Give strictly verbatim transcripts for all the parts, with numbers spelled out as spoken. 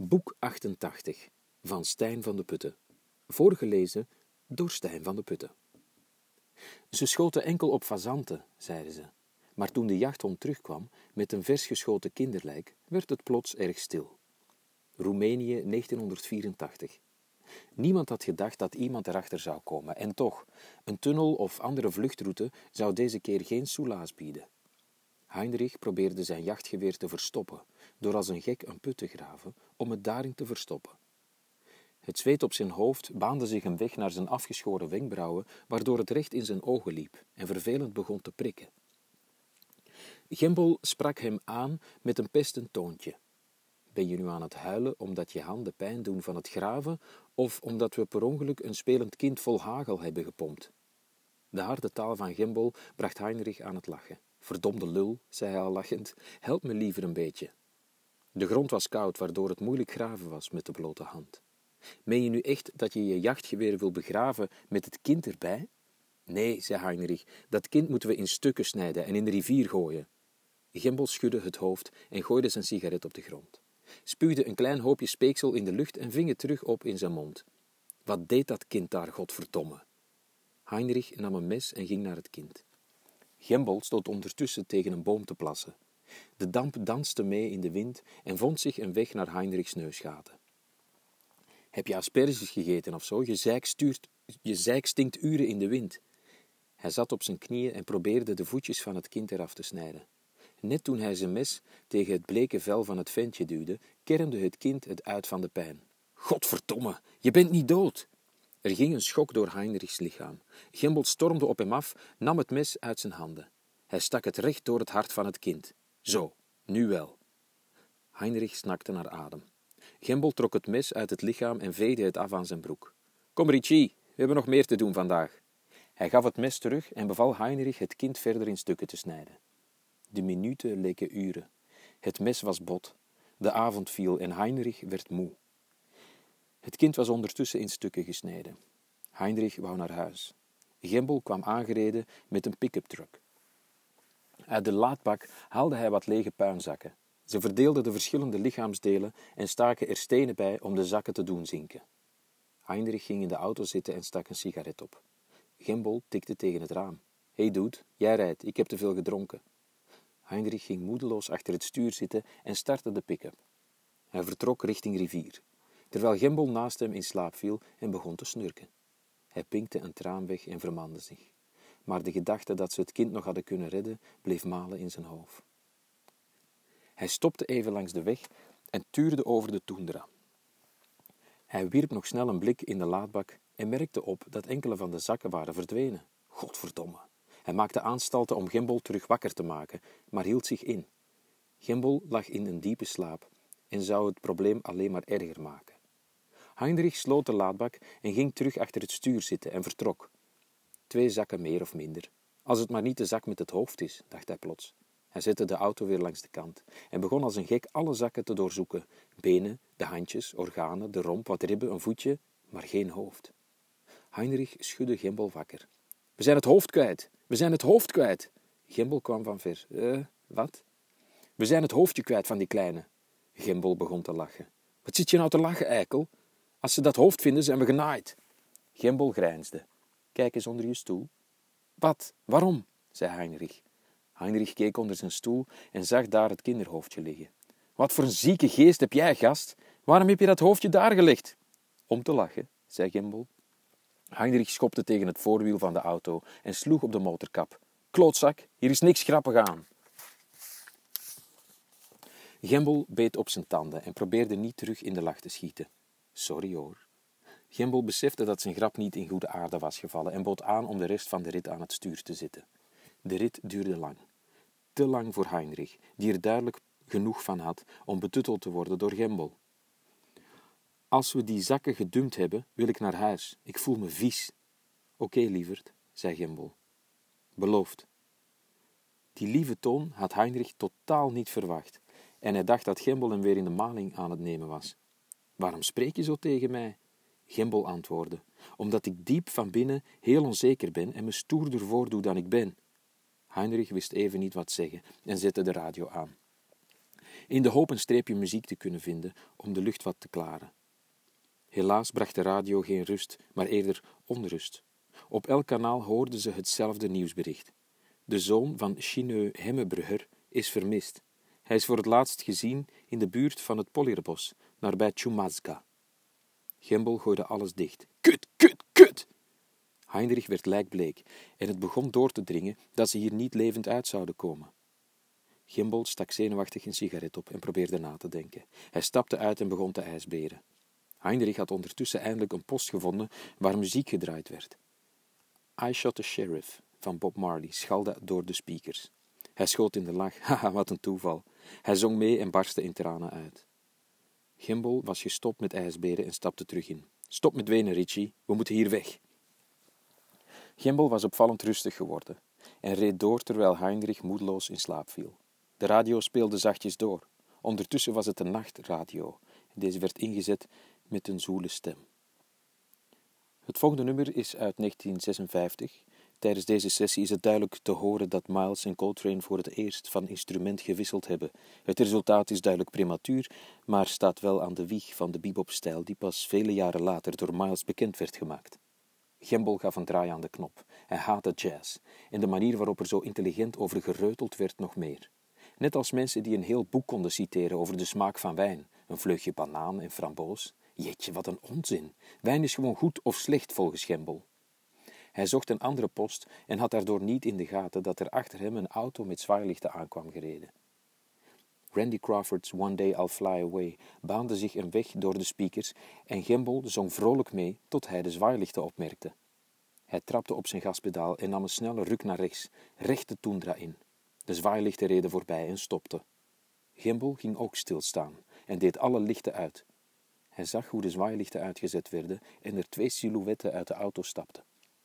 Boek achtentachtig van Stijn van de Putten. Voorgelezen door Stijn van de Putten. Ze schoten enkel op fazanten, zeiden ze. Maar toen de jachthond terugkwam met een vers geschoten kinderlijk, werd het plots erg stil. Roemenië, negentienhonderdvierentachtig. Niemand had gedacht dat iemand erachter zou komen, en toch, een tunnel of andere vluchtroute zou deze keer geen soelaas bieden. Heinrich probeerde zijn jachtgeweer te verstoppen, door als een gek een put te graven om het daarin te verstoppen. Het zweet op zijn hoofd baande zich een weg naar zijn afgeschoren wenkbrauwen, waardoor het recht in zijn ogen liep en vervelend begon te prikken. Gembel sprak hem aan met een pestend toontje. Ben je nu aan het huilen omdat je handen pijn doen van het graven, of omdat we per ongeluk een spelend kind vol hagel hebben gepompt? De harde taal van Gembel bracht Heinrich aan het lachen. Verdomde lul, zei hij al lachend, help me liever een beetje. De grond was koud, waardoor het moeilijk graven was met de blote hand. Meen je nu echt dat je je jachtgeweer wil begraven met het kind erbij? Nee, zei Heinrich, dat kind moeten we in stukken snijden en in de rivier gooien. Gembel schudde het hoofd en gooide zijn sigaret op de grond. Spuwde een klein hoopje speeksel in de lucht en ving het terug op in zijn mond. Wat deed dat kind daar, godverdomme? Heinrich nam een mes en ging naar het kind. Gembel stond ondertussen tegen een boom te plassen. De damp danste mee in de wind en vond zich een weg naar Heinrichs neusgaten. Heb je asperges gegeten of zo? Je zeik, stuurt, je zeik stinkt uren in de wind. Hij zat op zijn knieën en probeerde de voetjes van het kind eraf te snijden. Net toen hij zijn mes tegen het bleke vel van het ventje duwde, kermde het kind het uit van de pijn. Godverdomme, je bent niet dood! Er ging een schok door Heinrichs lichaam. Gembel stormde op hem af, nam het mes uit zijn handen. Hij stak het recht door het hart van het kind. Zo, nu wel. Heinrich snakte naar adem. Gembel trok het mes uit het lichaam en veegde het af aan zijn broek. Kom, Richie, we hebben nog meer te doen vandaag. Hij gaf het mes terug en beval Heinrich het kind verder in stukken te snijden. De minuten leken uren. Het mes was bot. De avond viel en Heinrich werd moe. Het kind was ondertussen in stukken gesneden. Heinrich wou naar huis. Gembel kwam aangereden met een pick-up truck. Uit de laadbak haalde hij wat lege puinzakken. Ze verdeelden de verschillende lichaamsdelen en staken er stenen bij om de zakken te doen zinken. Heinrich ging in de auto zitten en stak een sigaret op. Gembel tikte tegen het raam. Hé hey dude, jij rijdt, ik heb te veel gedronken. Heinrich ging moedeloos achter het stuur zitten en startte de pick-up. Hij vertrok richting rivier, terwijl Gembel naast hem in slaap viel en begon te snurken. Hij pinkte een traan weg en vermande zich. Maar de gedachte dat ze het kind nog hadden kunnen redden, bleef malen in zijn hoofd. Hij stopte even langs de weg en tuurde over de toendra. Hij wierp nog snel een blik in de laadbak en merkte op dat enkele van de zakken waren verdwenen. Godverdomme. Hij maakte aanstalten om Gembel terug wakker te maken, maar hield zich in. Gembel lag in een diepe slaap en zou het probleem alleen maar erger maken. Heinrich sloot de laadbak en ging terug achter het stuur zitten en vertrok. Twee zakken meer of minder. Als het maar niet de zak met het hoofd is, dacht hij plots. Hij zette de auto weer langs de kant en begon als een gek alle zakken te doorzoeken. Benen, de handjes, organen, de romp, wat ribben, een voetje, maar geen hoofd. Heinrich schudde Gembel wakker. We zijn het hoofd kwijt! We zijn het hoofd kwijt! Gembel kwam van ver. Eh, wat? We zijn het hoofdje kwijt van die kleine. Gembel begon te lachen. Wat zit je nou te lachen, eikel? Als ze dat hoofd vinden, zijn we genaaid. Gembel grijnsde. Kijk eens onder je stoel. Wat? Waarom? Zei Heinrich. Heinrich keek onder zijn stoel en zag daar het kinderhoofdje liggen. Wat voor een zieke geest heb jij, gast? Waarom heb je dat hoofdje daar gelegd? Om te lachen, zei Gembel. Heinrich schopte tegen het voorwiel van de auto en sloeg op de motorkap. Klootzak, hier is niks grappig aan. Gembel beet op zijn tanden en probeerde niet terug in de lach te schieten. Sorry hoor. Gembel besefte dat zijn grap niet in goede aarde was gevallen en bood aan om de rest van de rit aan het stuur te zitten. De rit duurde lang. Te lang voor Heinrich, die er duidelijk genoeg van had om betutteld te worden door Gembel. Als we die zakken gedumpt hebben, wil ik naar huis. Ik voel me vies. Oké, okay, lieverd, zei Gembel. Beloofd. Die lieve toon had Heinrich totaal niet verwacht en hij dacht dat Gembel hem weer in de maling aan het nemen was. Waarom spreek je zo tegen mij? Gembel antwoordde. Omdat ik diep van binnen heel onzeker ben en me stoerder voordoe dan ik ben. Heinrich wist even niet wat zeggen en zette de radio aan. in de hoop een streepje muziek te kunnen vinden om de lucht wat te klaren. Helaas bracht de radio geen rust, maar eerder onrust. Op elk kanaal hoorden ze hetzelfde nieuwsbericht. De zoon van Chineux Hemmebrugger is vermist. Hij is voor het laatst gezien in de buurt van het Polirbos, nabij Tjumazga. Gimbel gooide alles dicht. Kut, kut, kut! Heinrich werd lijkbleek en het begon door te dringen dat ze hier niet levend uit zouden komen. Gimbel stak zenuwachtig een sigaret op en probeerde na te denken. Hij stapte uit en begon te ijsberen. Heinrich had ondertussen eindelijk een post gevonden waar muziek gedraaid werd. I Shot the Sheriff van Bob Marley schalde door de speakers. Hij schoot in de lach. Haha, wat een toeval. Hij zong mee en barstte in tranen uit. Gimbel was gestopt met ijsberen en stapte terug in. Stop met wenen, Richie. We moeten hier weg. Gimbel was opvallend rustig geworden en reed door terwijl Heinrich moedeloos in slaap viel. De radio speelde zachtjes door. Ondertussen was het een nachtradio. Deze werd ingezet met een zoele stem. Het volgende nummer is uit negentien zesenvijftig. Tijdens deze sessie is het duidelijk te horen dat Miles en Coltrane voor het eerst van instrument gewisseld hebben. Het resultaat is duidelijk prematuur, maar staat wel aan de wieg van de bebopstijl die pas vele jaren later door Miles bekend werd gemaakt. Gimbel gaf een draai aan de knop. Hij haatte jazz en de manier waarop er zo intelligent over gereuteld werd nog meer. Net als mensen die een heel boek konden citeren over de smaak van wijn, een vleugje banaan en framboos. Jeetje, wat een onzin. Wijn is gewoon goed of slecht volgens Gimbel. Hij zocht een andere post en had daardoor niet in de gaten dat er achter hem een auto met zwaailichten aankwam gereden. Randy Crawford's One Day I'll Fly Away baande zich een weg door de speakers en Gimbel zong vrolijk mee tot hij de zwaailichten opmerkte. Hij trapte op zijn gaspedaal en nam een snelle ruk naar rechts, recht de toendra in. De zwaailichten reden voorbij en stopten. Gimbel ging ook stilstaan en deed alle lichten uit. Hij zag hoe de zwaailichten uitgezet werden en er twee silhouetten uit de auto stapten.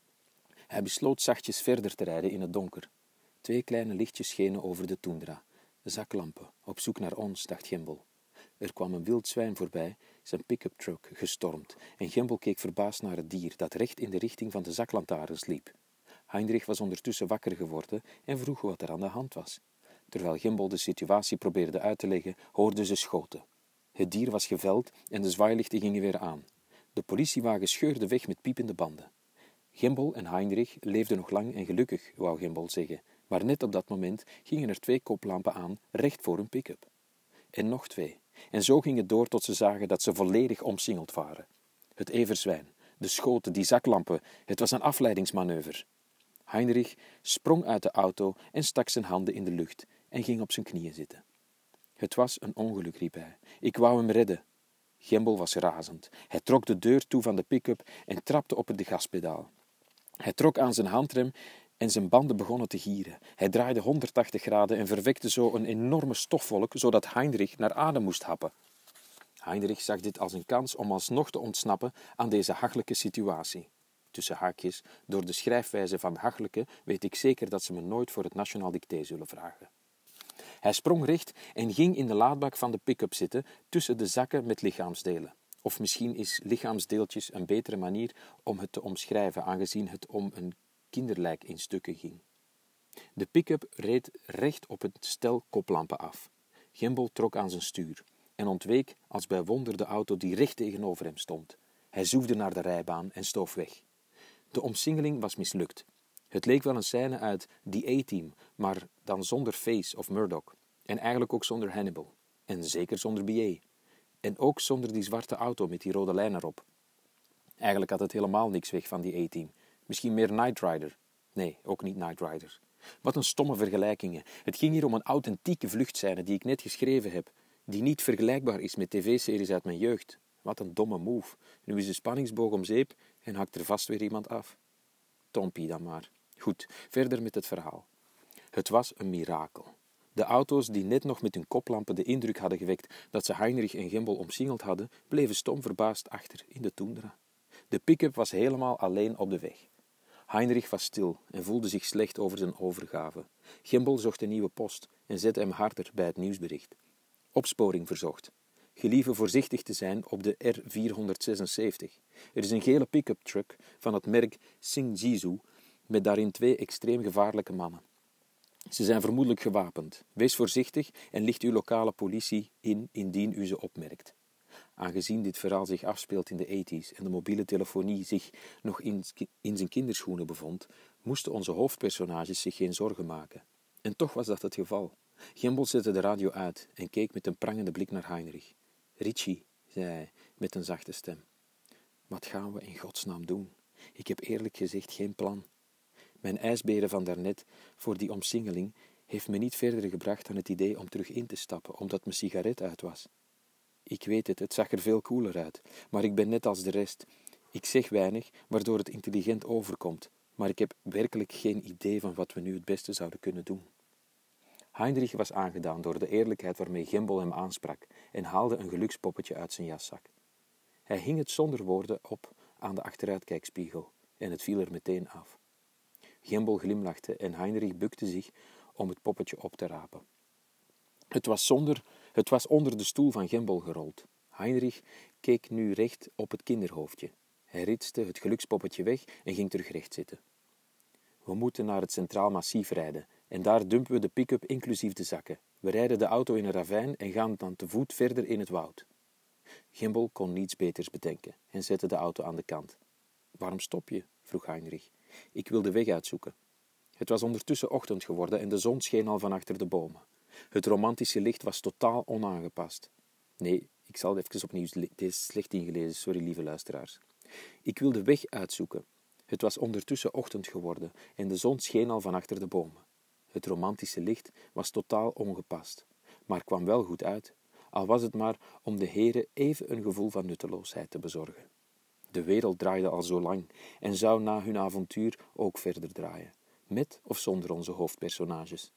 Hij besloot zachtjes verder te rijden in het donker. Twee kleine lichtjes schenen over de toendra. Zaklampen, op zoek naar ons, dacht Gimbel. Er kwam een wild zwijn voorbij, zijn pick-up truck gestormd, en Gimbel keek verbaasd naar het dier dat recht in de richting van de zaklantaarns liep. Heinrich was ondertussen wakker geworden en vroeg wat er aan de hand was. Terwijl Gimbel de situatie probeerde uit te leggen, hoorden ze schoten. Het dier was geveld en de zwaailichten gingen weer aan. De politiewagen scheurde weg met piepende banden. Gimbel en Heinrich leefden nog lang en gelukkig, wou Gimbel zeggen, maar net op dat moment gingen er twee koplampen aan, recht voor hun pick-up. En nog twee. En zo ging het door tot ze zagen dat ze volledig omsingeld waren. Het everzwijn, de schoten, die zaklampen, het was een afleidingsmanoeuvre. Heinrich sprong uit de auto en stak zijn handen in de lucht en ging op zijn knieën zitten. Het was een ongeluk, riep hij. Ik wou hem redden. Gimbel was razend. Hij trok de deur toe van de pick-up en trapte op het gaspedaal. Hij trok aan zijn handrem en zijn banden begonnen te gieren. Hij draaide honderdtachtig graden en verwekte zo een enorme stofwolk, zodat Heinrich naar adem moest happen. Heinrich zag dit als een kans om alsnog te ontsnappen aan deze hachelijke situatie. Tussen haakjes, door de schrijfwijze van hachelijke weet ik zeker dat ze me nooit voor het nationaal dicté zullen vragen. Hij sprong recht en ging in de laadbak van de pick-up zitten tussen de zakken met lichaamsdelen. Of misschien is lichaamsdeeltjes een betere manier om het te omschrijven, aangezien het om een kinderlijk in stukken ging. De pick-up reed recht op het stel koplampen af. Gimbel trok aan zijn stuur en ontweek als bij wonder de auto die recht tegenover hem stond. Hij zoefde naar de rijbaan en stoof weg. De omsingeling was mislukt. Het leek wel een scène uit The A-Team, maar dan zonder Face of Murdoch. En eigenlijk ook zonder Hannibal. En zeker zonder B A. En ook zonder die zwarte auto met die rode lijn erop. Eigenlijk had het helemaal niks weg van die A-Team. Misschien meer Knight Rider. Nee, ook niet Knight Rider. Wat een stomme vergelijkingen. Het ging hier om een authentieke vluchtscène die ik net geschreven heb. Die niet vergelijkbaar is met tv-series uit mijn jeugd. Wat een domme move. Nu is de spanningsboog om zeep en hakt er vast weer iemand af. Tompie dan maar. Goed, verder met het verhaal. Het was een mirakel. De auto's die net nog met hun koplampen de indruk hadden gewekt dat ze Heinrich en Gimbel omsingeld hadden, bleven stom verbaasd achter in de toendra. De pick-up was helemaal alleen op de weg. Heinrich was stil en voelde zich slecht over zijn overgave. Gimbel zocht een nieuwe post en zette hem harder bij het nieuwsbericht. Opsporing verzocht. Gelieve voorzichtig te zijn op de R vierhonderdzesenzeventig. Er is een gele pick-up truck van het merk Singjizu met daarin twee extreem gevaarlijke mannen. Ze zijn vermoedelijk gewapend. Wees voorzichtig en licht uw lokale politie in indien u ze opmerkt. Aangezien dit verhaal zich afspeelt in de tachtiger en de mobiele telefonie zich nog in, in zijn kinderschoenen bevond, moesten onze hoofdpersonages zich geen zorgen maken. En toch was dat het geval. Gimbel zette de radio uit en keek met een prangende blik naar Heinrich. Richie, zei hij met een zachte stem. Wat gaan we in godsnaam doen? Ik heb eerlijk gezegd geen plan. Mijn ijsberen van daarnet voor die omsingeling heeft me niet verder gebracht dan het idee om terug in te stappen, omdat mijn sigaret uit was. Ik weet het, het zag er veel cooler uit, maar ik ben net als de rest. Ik zeg weinig, waardoor het intelligent overkomt, maar ik heb werkelijk geen idee van wat we nu het beste zouden kunnen doen. Heinrich was aangedaan door de eerlijkheid waarmee Gimbel hem aansprak en haalde een gelukspoppetje uit zijn jaszak. Hij hing het zonder woorden op aan de achteruitkijkspiegel en het viel er meteen af. Gimbel glimlachte en Heinrich bukte zich om het poppetje op te rapen. Het was, zonder, het was onder de stoel van Gimbel gerold. Heinrich keek nu recht op het kinderhoofdje. Hij ritste het gelukspoppetje weg en ging terug recht zitten. We moeten naar het Centraal Massief rijden en daar dumpen we de pick-up inclusief de zakken. We rijden de auto in een ravijn en gaan dan te voet verder in het woud. Gimbel kon niets beters bedenken en zette de auto aan de kant. Waarom stop je? Vroeg Heinrich. Ik wil de weg uitzoeken. Het was ondertussen ochtend geworden en de zon scheen al van achter de bomen. Het romantische licht was totaal onaangepast. Nee, ik zal het even opnieuw. Dit is slecht ingelezen, sorry lieve luisteraars. Ik wil de weg uitzoeken. Het was ondertussen ochtend geworden en de zon scheen al van achter de bomen. Het romantische licht was totaal ongepast, maar kwam wel goed uit, al was het maar om de heren even een gevoel van nutteloosheid te bezorgen. De wereld draaide al zo lang en zou na hun avontuur ook verder draaien, met of zonder onze hoofdpersonages.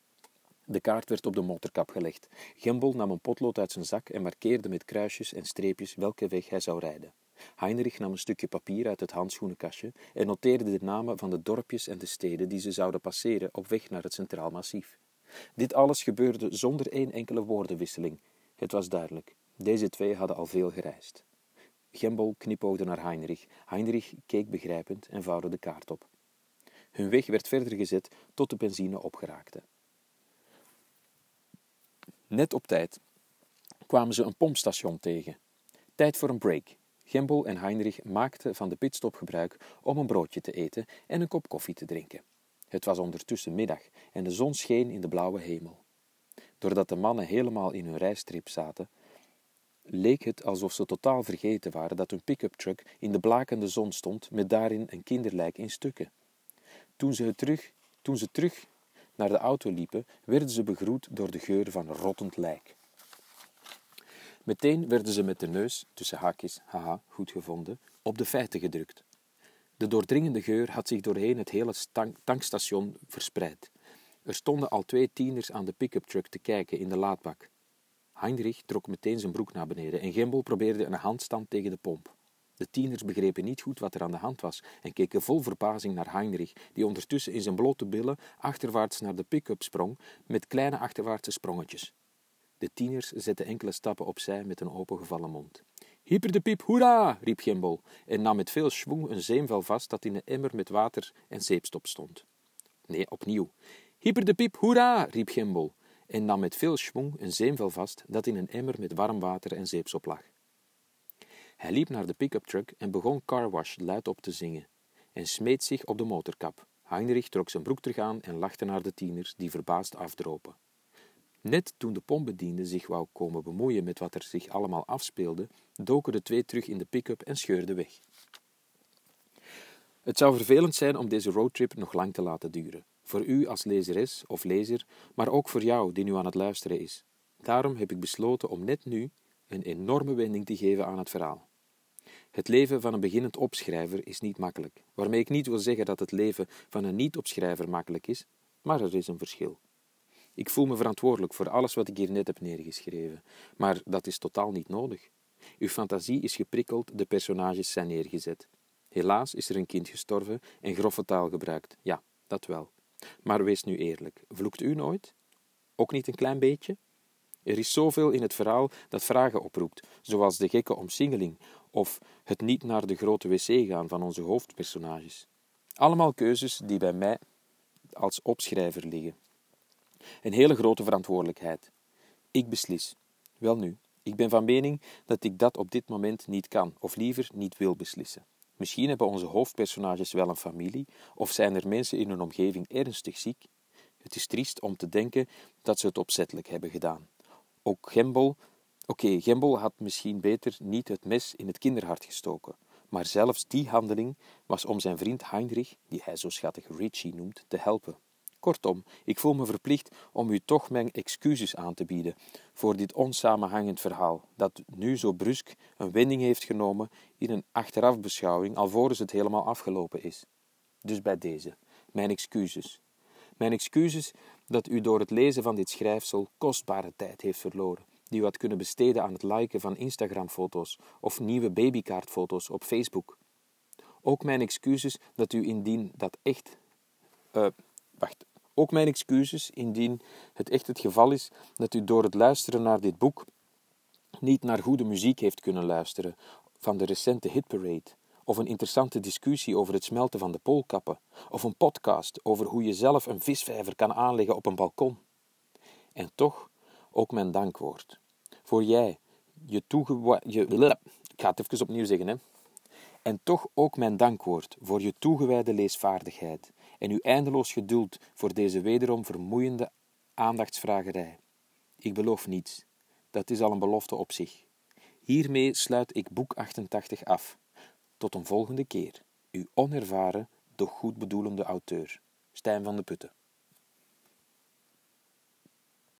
De kaart werd op de motorkap gelegd. Gimbel nam een potlood uit zijn zak en markeerde met kruisjes en streepjes welke weg hij zou rijden. Heinrich nam een stukje papier uit het handschoenenkastje en noteerde de namen van de dorpjes en de steden die ze zouden passeren op weg naar het Centraal Massief. Dit alles gebeurde zonder één enkele woordenwisseling. Het was duidelijk, deze twee hadden al veel gereisd. Gimbel knipoogde naar Heinrich. Heinrich keek begrijpend en vouwde de kaart op. Hun weg werd verder gezet tot de benzine opgeraakte. Net op tijd kwamen ze een pompstation tegen. Tijd voor een break. Gimbel en Heinrich maakten van de pitstop gebruik om een broodje te eten en een kop koffie te drinken. Het was ondertussen middag en de zon scheen in de blauwe hemel. Doordat de mannen helemaal in hun rijstrip zaten, leek het alsof ze totaal vergeten waren dat hun pick-up truck in de blakende zon stond met daarin een kinderlijk in stukken. Toen ze, terug, toen ze terug naar de auto liepen, werden ze begroet door de geur van rottend lijk. Meteen werden ze met de neus, tussen haakjes, haha, goed gevonden, op de feiten gedrukt. De doordringende geur had zich doorheen het hele tank- tankstation verspreid. Er stonden al twee tieners aan de pick-up truck te kijken in de laadbak. Heinrich trok meteen zijn broek naar beneden en Gimbel probeerde een handstand tegen de pomp. De tieners begrepen niet goed wat er aan de hand was en keken vol verbazing naar Heinrich, die ondertussen in zijn blote billen achterwaarts naar de pick-up sprong met kleine achterwaartse sprongetjes. De tieners zetten enkele stappen opzij met een opengevallen mond. Hyper de piep, hoera! Riep Gimbel en nam met veel schwung een zeemvel vast dat in een emmer met water en zeepstop stond. Nee, opnieuw. Hyper de piep, hoera! Riep Gimbel en nam met veel schwung een zeemvel vast dat in een emmer met warm water en zeepsop lag. Hij liep naar de pick-up truck en begon Carwash luidop te zingen en smeet zich op de motorkap. Heinrich trok zijn broek terug aan en lachte naar de tieners die verbaasd afdropen. Net toen de pompbediende zich wou komen bemoeien met wat er zich allemaal afspeelde, doken de twee terug in de pick-up en scheurden weg. Het zou vervelend zijn om deze roadtrip nog lang te laten duren. Voor u als lezeres of lezer, maar ook voor jou die nu aan het luisteren is. Daarom heb ik besloten om net nu een enorme wending te geven aan het verhaal. Het leven van een beginnend opschrijver is niet makkelijk, waarmee ik niet wil zeggen dat het leven van een niet-opschrijver makkelijk is, maar er is een verschil. Ik voel me verantwoordelijk voor alles wat ik hier net heb neergeschreven, maar dat is totaal niet nodig. Uw fantasie is geprikkeld, de personages zijn neergezet. Helaas is er een kind gestorven en grove taal gebruikt, ja, dat wel. Maar wees nu eerlijk, vloekt u nooit? Ook niet een klein beetje? Er is zoveel in het verhaal dat vragen oproept, zoals de gekke omsingeling of het niet naar de grote wc gaan van onze hoofdpersonages. Allemaal keuzes die bij mij als opschrijver liggen. Een hele grote verantwoordelijkheid. Ik beslis. Welnu, ik ben van mening dat ik dat op dit moment niet kan, of liever niet wil beslissen. Misschien hebben onze hoofdpersonages wel een familie, of zijn er mensen in hun omgeving ernstig ziek. Het is triest om te denken dat ze het opzettelijk hebben gedaan. Ook Gembel, oké, okay, Gembel had misschien beter niet het mes in het kinderhart gestoken, maar zelfs die handeling was om zijn vriend Heinrich, die hij zo schattig Richie noemt, te helpen. Kortom, ik voel me verplicht om u toch mijn excuses aan te bieden voor dit onsamenhangend verhaal, dat nu zo brusk een wending heeft genomen in een achterafbeschouwing, alvorens het helemaal afgelopen is. Dus bij deze, mijn excuses. Mijn excuses dat u door het lezen van dit schrijfsel kostbare tijd heeft verloren, die u had kunnen besteden aan het liken van Instagram-foto's of nieuwe babykaartfoto's op Facebook. Ook mijn excuses dat u indien dat echt... Uh, wacht. Ook mijn excuses indien het echt het geval is dat u door het luisteren naar dit boek niet naar goede muziek heeft kunnen luisteren van de recente hitparade, of een interessante discussie over het smelten van de poolkappen, of een podcast over hoe je zelf een visvijver kan aanleggen op een balkon. En toch ook mijn dankwoord. Voor jij, je toegewa... Je... Ik ga het even opnieuw zeggen, hè. En toch ook mijn dankwoord voor je toegewijde leesvaardigheid en uw eindeloos geduld voor deze wederom vermoeiende aandachtsvragerij. Ik beloof niets. Dat is al een belofte op zich. Hiermee sluit ik boek achtentachtig af. Tot een volgende keer. Uw onervaren, doch goedbedoelende auteur, Stijn van de Putten.